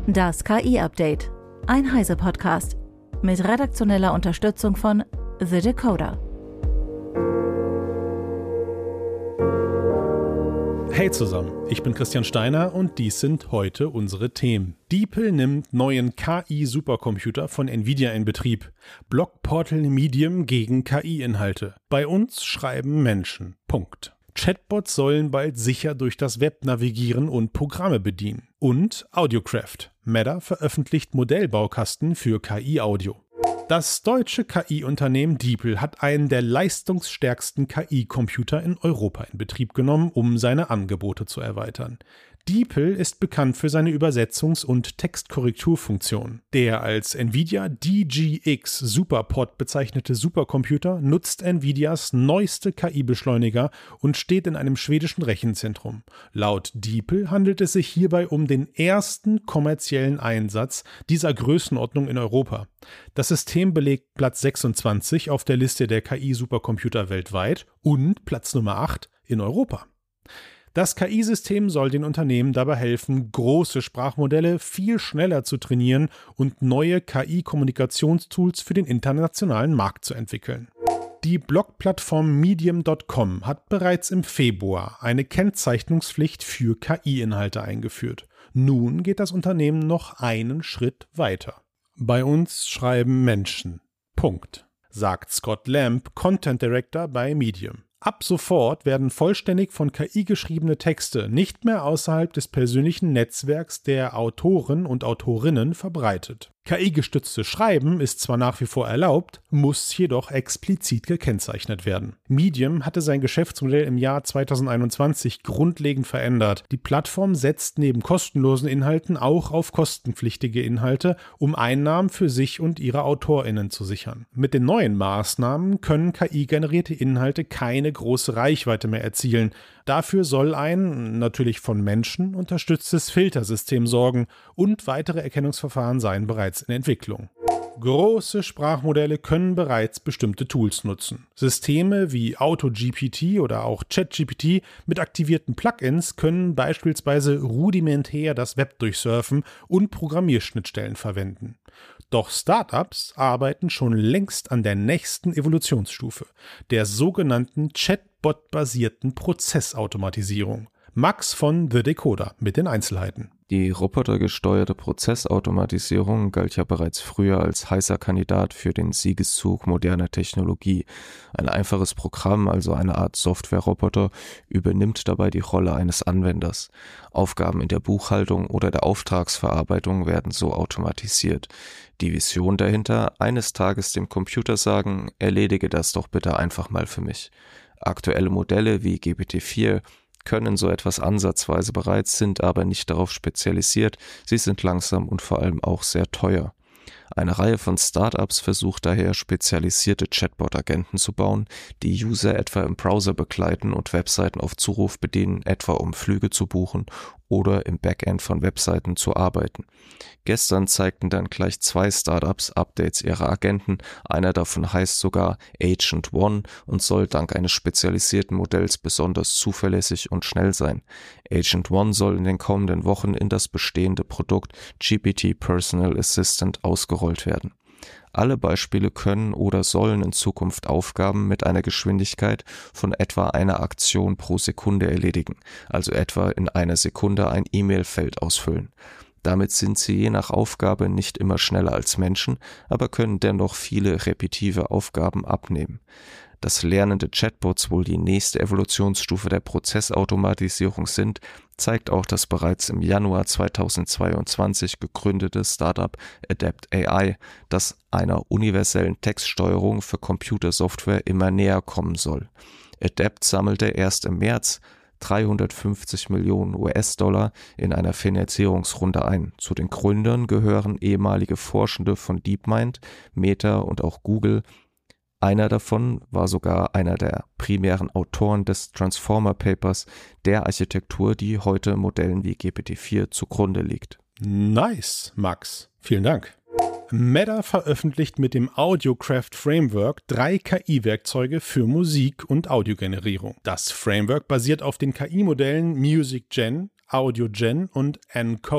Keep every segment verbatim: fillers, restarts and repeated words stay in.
Das K I-Update. Ein Heise-Podcast. Mit redaktioneller Unterstützung von The Decoder. Hey zusammen, ich bin Christian Steiner und dies sind heute unsere Themen. DeepL nimmt neuen K I-Supercomputer von Nvidia in Betrieb. Blogportal Medium gegen K I-Inhalte. Bei uns schreiben Menschen. Punkt. Chatbots sollen bald sicher durch das Web navigieren und Programme bedienen. Und Audiocraft. Meta veröffentlicht Modellbaukasten für K I-Audio. Das deutsche K I-Unternehmen DeepL hat einen der leistungsstärksten K I-Computer in Europa in Betrieb genommen, um seine Angebote zu erweitern. DeepL ist bekannt für seine Übersetzungs- und Textkorrekturfunktion. Der als Nvidia D G X SuperPod bezeichnete Supercomputer nutzt Nvidias neueste K I-Beschleuniger und steht in einem schwedischen Rechenzentrum. Laut DeepL handelt es sich hierbei um den ersten kommerziellen Einsatz dieser Größenordnung in Europa. Das System belegt Platz sechsundzwanzig auf der Liste der K I-Supercomputer weltweit und Platz Nummer acht in Europa. Das K I-System soll den Unternehmen dabei helfen, große Sprachmodelle viel schneller zu trainieren und neue K I-Kommunikationstools für den internationalen Markt zu entwickeln. Die Blogplattform Medium Punkt com hat bereits im Februar eine Kennzeichnungspflicht für K I-Inhalte eingeführt. Nun geht das Unternehmen noch einen Schritt weiter. Bei uns schreiben Menschen. Punkt, sagt Scott Lamb, Content Director bei Medium. Ab sofort werden vollständig von K I geschriebene Texte nicht mehr außerhalb des persönlichen Netzwerks der Autoren und Autorinnen verbreitet. K I-gestütztes Schreiben ist zwar nach wie vor erlaubt, muss jedoch explizit gekennzeichnet werden. Medium hatte sein Geschäftsmodell im Jahr zweitausendeinundzwanzig grundlegend verändert. Die Plattform setzt neben kostenlosen Inhalten auch auf kostenpflichtige Inhalte, um Einnahmen für sich und ihre AutorInnen zu sichern. Mit den neuen Maßnahmen können K I-generierte Inhalte keine große Reichweite mehr erzielen. Dafür soll ein, natürlich von Menschen, unterstütztes Filtersystem sorgen und weitere Erkennungsverfahren seien bereits in Entwicklung. Große Sprachmodelle können bereits bestimmte Tools nutzen. Systeme wie AutoGPT oder auch ChatGPT mit aktivierten Plugins können beispielsweise rudimentär das Web durchsurfen und Programmierschnittstellen verwenden. Doch Startups arbeiten schon längst an der nächsten Evolutionsstufe, der sogenannten Chatbot-basierten Prozessautomatisierung. Max von The Decoder mit den Einzelheiten. Die robotergesteuerte Prozessautomatisierung galt ja bereits früher als heißer Kandidat für den Siegeszug moderner Technologie. Ein einfaches Programm, also eine Art Software-Roboter, übernimmt dabei die Rolle eines Anwenders. Aufgaben in der Buchhaltung oder der Auftragsverarbeitung werden so automatisiert. Die Vision dahinter, eines Tages dem Computer sagen, erledige das doch bitte einfach mal für mich. Aktuelle Modelle wie G P T vier können so etwas ansatzweise bereits, sind aber nicht darauf spezialisiert, sie sind langsam und vor allem auch sehr teuer. Eine Reihe von Startups versucht daher, spezialisierte Chatbot-Agenten zu bauen, die User etwa im Browser begleiten und Webseiten auf Zuruf bedienen, etwa um Flüge zu buchen oder im Backend von Webseiten zu arbeiten. Gestern zeigten dann gleich zwei Startups Updates ihrer Agenten, einer davon heißt sogar Agent One und soll dank eines spezialisierten Modells besonders zuverlässig und schnell sein. Agent One soll in den kommenden Wochen in das bestehende Produkt G P T Personal Assistant ausgerollt werden. Alle Beispiele können oder sollen in Zukunft Aufgaben mit einer Geschwindigkeit von etwa einer Aktion pro Sekunde erledigen, also etwa in einer Sekunde ein E-Mail-Feld ausfüllen. Damit sind sie je nach Aufgabe nicht immer schneller als Menschen, aber können dennoch viele repetitive Aufgaben abnehmen. Dass lernende Chatbots wohl die nächste Evolutionsstufe der Prozessautomatisierung sind, zeigt auch das bereits im Januar zweitausendzweiundzwanzig gegründete Startup Adapt A I, das einer universellen Textsteuerung für Computersoftware immer näher kommen soll. Adapt sammelte erst im März dreihundertfünfzig Millionen U S-Dollar in einer Finanzierungsrunde ein. Zu den Gründern gehören ehemalige Forschende von DeepMind, Meta und auch Google. Einer davon war sogar einer der primären Autoren des Transformer Papers, der Architektur, die heute Modellen wie G P T vier zugrunde liegt. Nice, Max. Vielen Dank. Meta veröffentlicht mit dem Audiocraft Framework drei K I-Werkzeuge für Musik- und Audiogenerierung. Das Framework basiert auf den K I-Modellen MusicGen, AudioGen und Encode.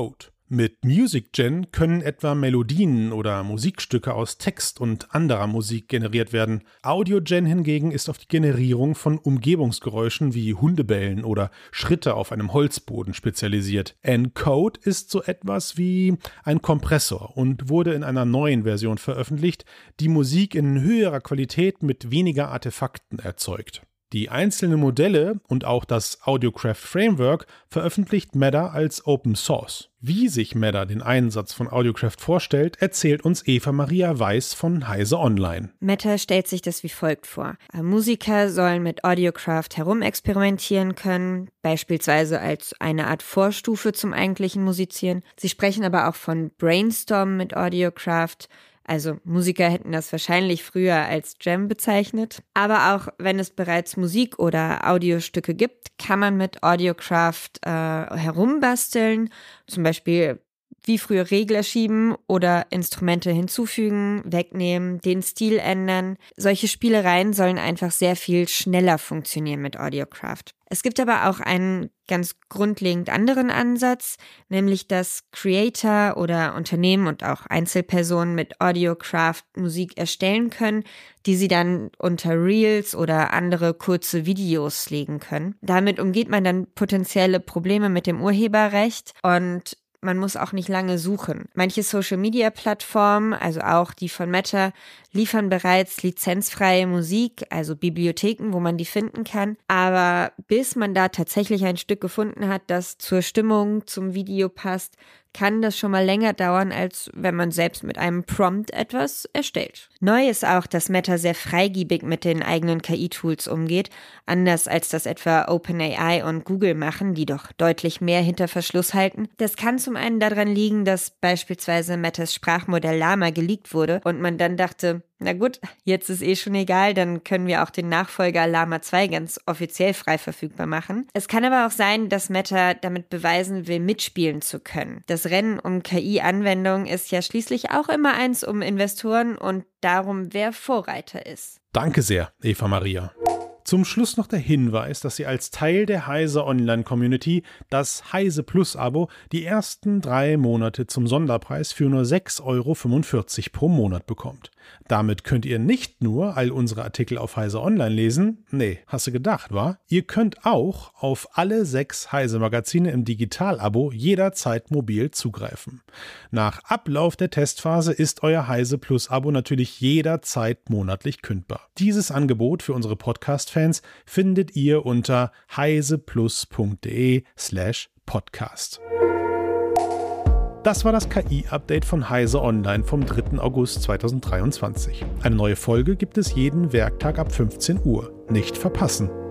Mit MusicGen können etwa Melodien oder Musikstücke aus Text und anderer Musik generiert werden. AudioGen hingegen ist auf die Generierung von Umgebungsgeräuschen wie Hundebellen oder Schritte auf einem Holzboden spezialisiert. Encode ist so etwas wie ein Kompressor und wurde in einer neuen Version veröffentlicht, die Musik in höherer Qualität mit weniger Artefakten erzeugt. Die einzelnen Modelle und auch das Audiocraft Framework veröffentlicht Matter als Open Source. Wie sich Matter den Einsatz von Audiocraft vorstellt, erzählt uns Eva Maria Weiß von Heise Online. Matter stellt sich das wie folgt vor. Musiker sollen mit Audiocraft herumexperimentieren können, beispielsweise als eine Art Vorstufe zum eigentlichen Musizieren. Sie sprechen aber auch von Brainstormen mit Audiocraft. Also Musiker hätten das wahrscheinlich früher als Jam bezeichnet. Aber auch wenn es bereits Musik oder Audiostücke gibt, kann man mit Audiocraft äh, herumbasteln. Zum Beispiel wie früher Regler schieben oder Instrumente hinzufügen, wegnehmen, den Stil ändern. Solche Spielereien sollen einfach sehr viel schneller funktionieren mit Audiocraft. Es gibt aber auch einen ganz grundlegend anderen Ansatz, nämlich dass Creator oder Unternehmen und auch Einzelpersonen mit Audiocraft Musik erstellen können, die sie dann unter Reels oder andere kurze Videos legen können. Damit umgeht man dann potenzielle Probleme mit dem Urheberrecht und man muss auch nicht lange suchen. Manche Social-Media-Plattformen, also auch die von Matter, liefern bereits lizenzfreie Musik, also Bibliotheken, wo man die finden kann. Aber bis man da tatsächlich ein Stück gefunden hat, das zur Stimmung, zum Video passt, kann das schon mal länger dauern, als wenn man selbst mit einem Prompt etwas erstellt. Neu ist auch, dass Matter sehr freigebig mit den eigenen K I-Tools umgeht, anders als das etwa OpenAI und Google machen, die doch deutlich mehr hinter Verschluss halten. Das kann zum einen daran liegen, dass beispielsweise Matters Sprachmodell Llama geleakt wurde und man dann dachte, na gut, jetzt ist eh schon egal, dann können wir auch den Nachfolger Llama zwei ganz offiziell frei verfügbar machen. Es kann aber auch sein, dass Matter damit beweisen will, mitspielen zu können. Das Rennen um K I-Anwendungen ist ja schließlich auch immer eins um Investoren und darum, wer Vorreiter ist. Danke sehr, Eva Maria. Zum Schluss noch der Hinweis, dass ihr als Teil der Heise Online-Community das Heise Plus-Abo die ersten drei Monate zum Sonderpreis für nur sechs Euro fünfundvierzig pro Monat bekommt. Damit könnt ihr nicht nur all unsere Artikel auf Heise Online lesen, nee, hast du gedacht, wa? Ihr könnt auch auf alle sechs Heise-Magazine im Digital-Abo jederzeit mobil zugreifen. Nach Ablauf der Testphase ist euer Heise Plus-Abo natürlich jederzeit monatlich kündbar. Dieses Angebot für unsere Podcast-Fans findet ihr unter heiseplus.de slash podcast. Das war das K I-Update von Heise Online vom dritten August zweitausenddreiundzwanzig. Eine neue Folge gibt es jeden Werktag ab fünfzehn Uhr. Nicht verpassen!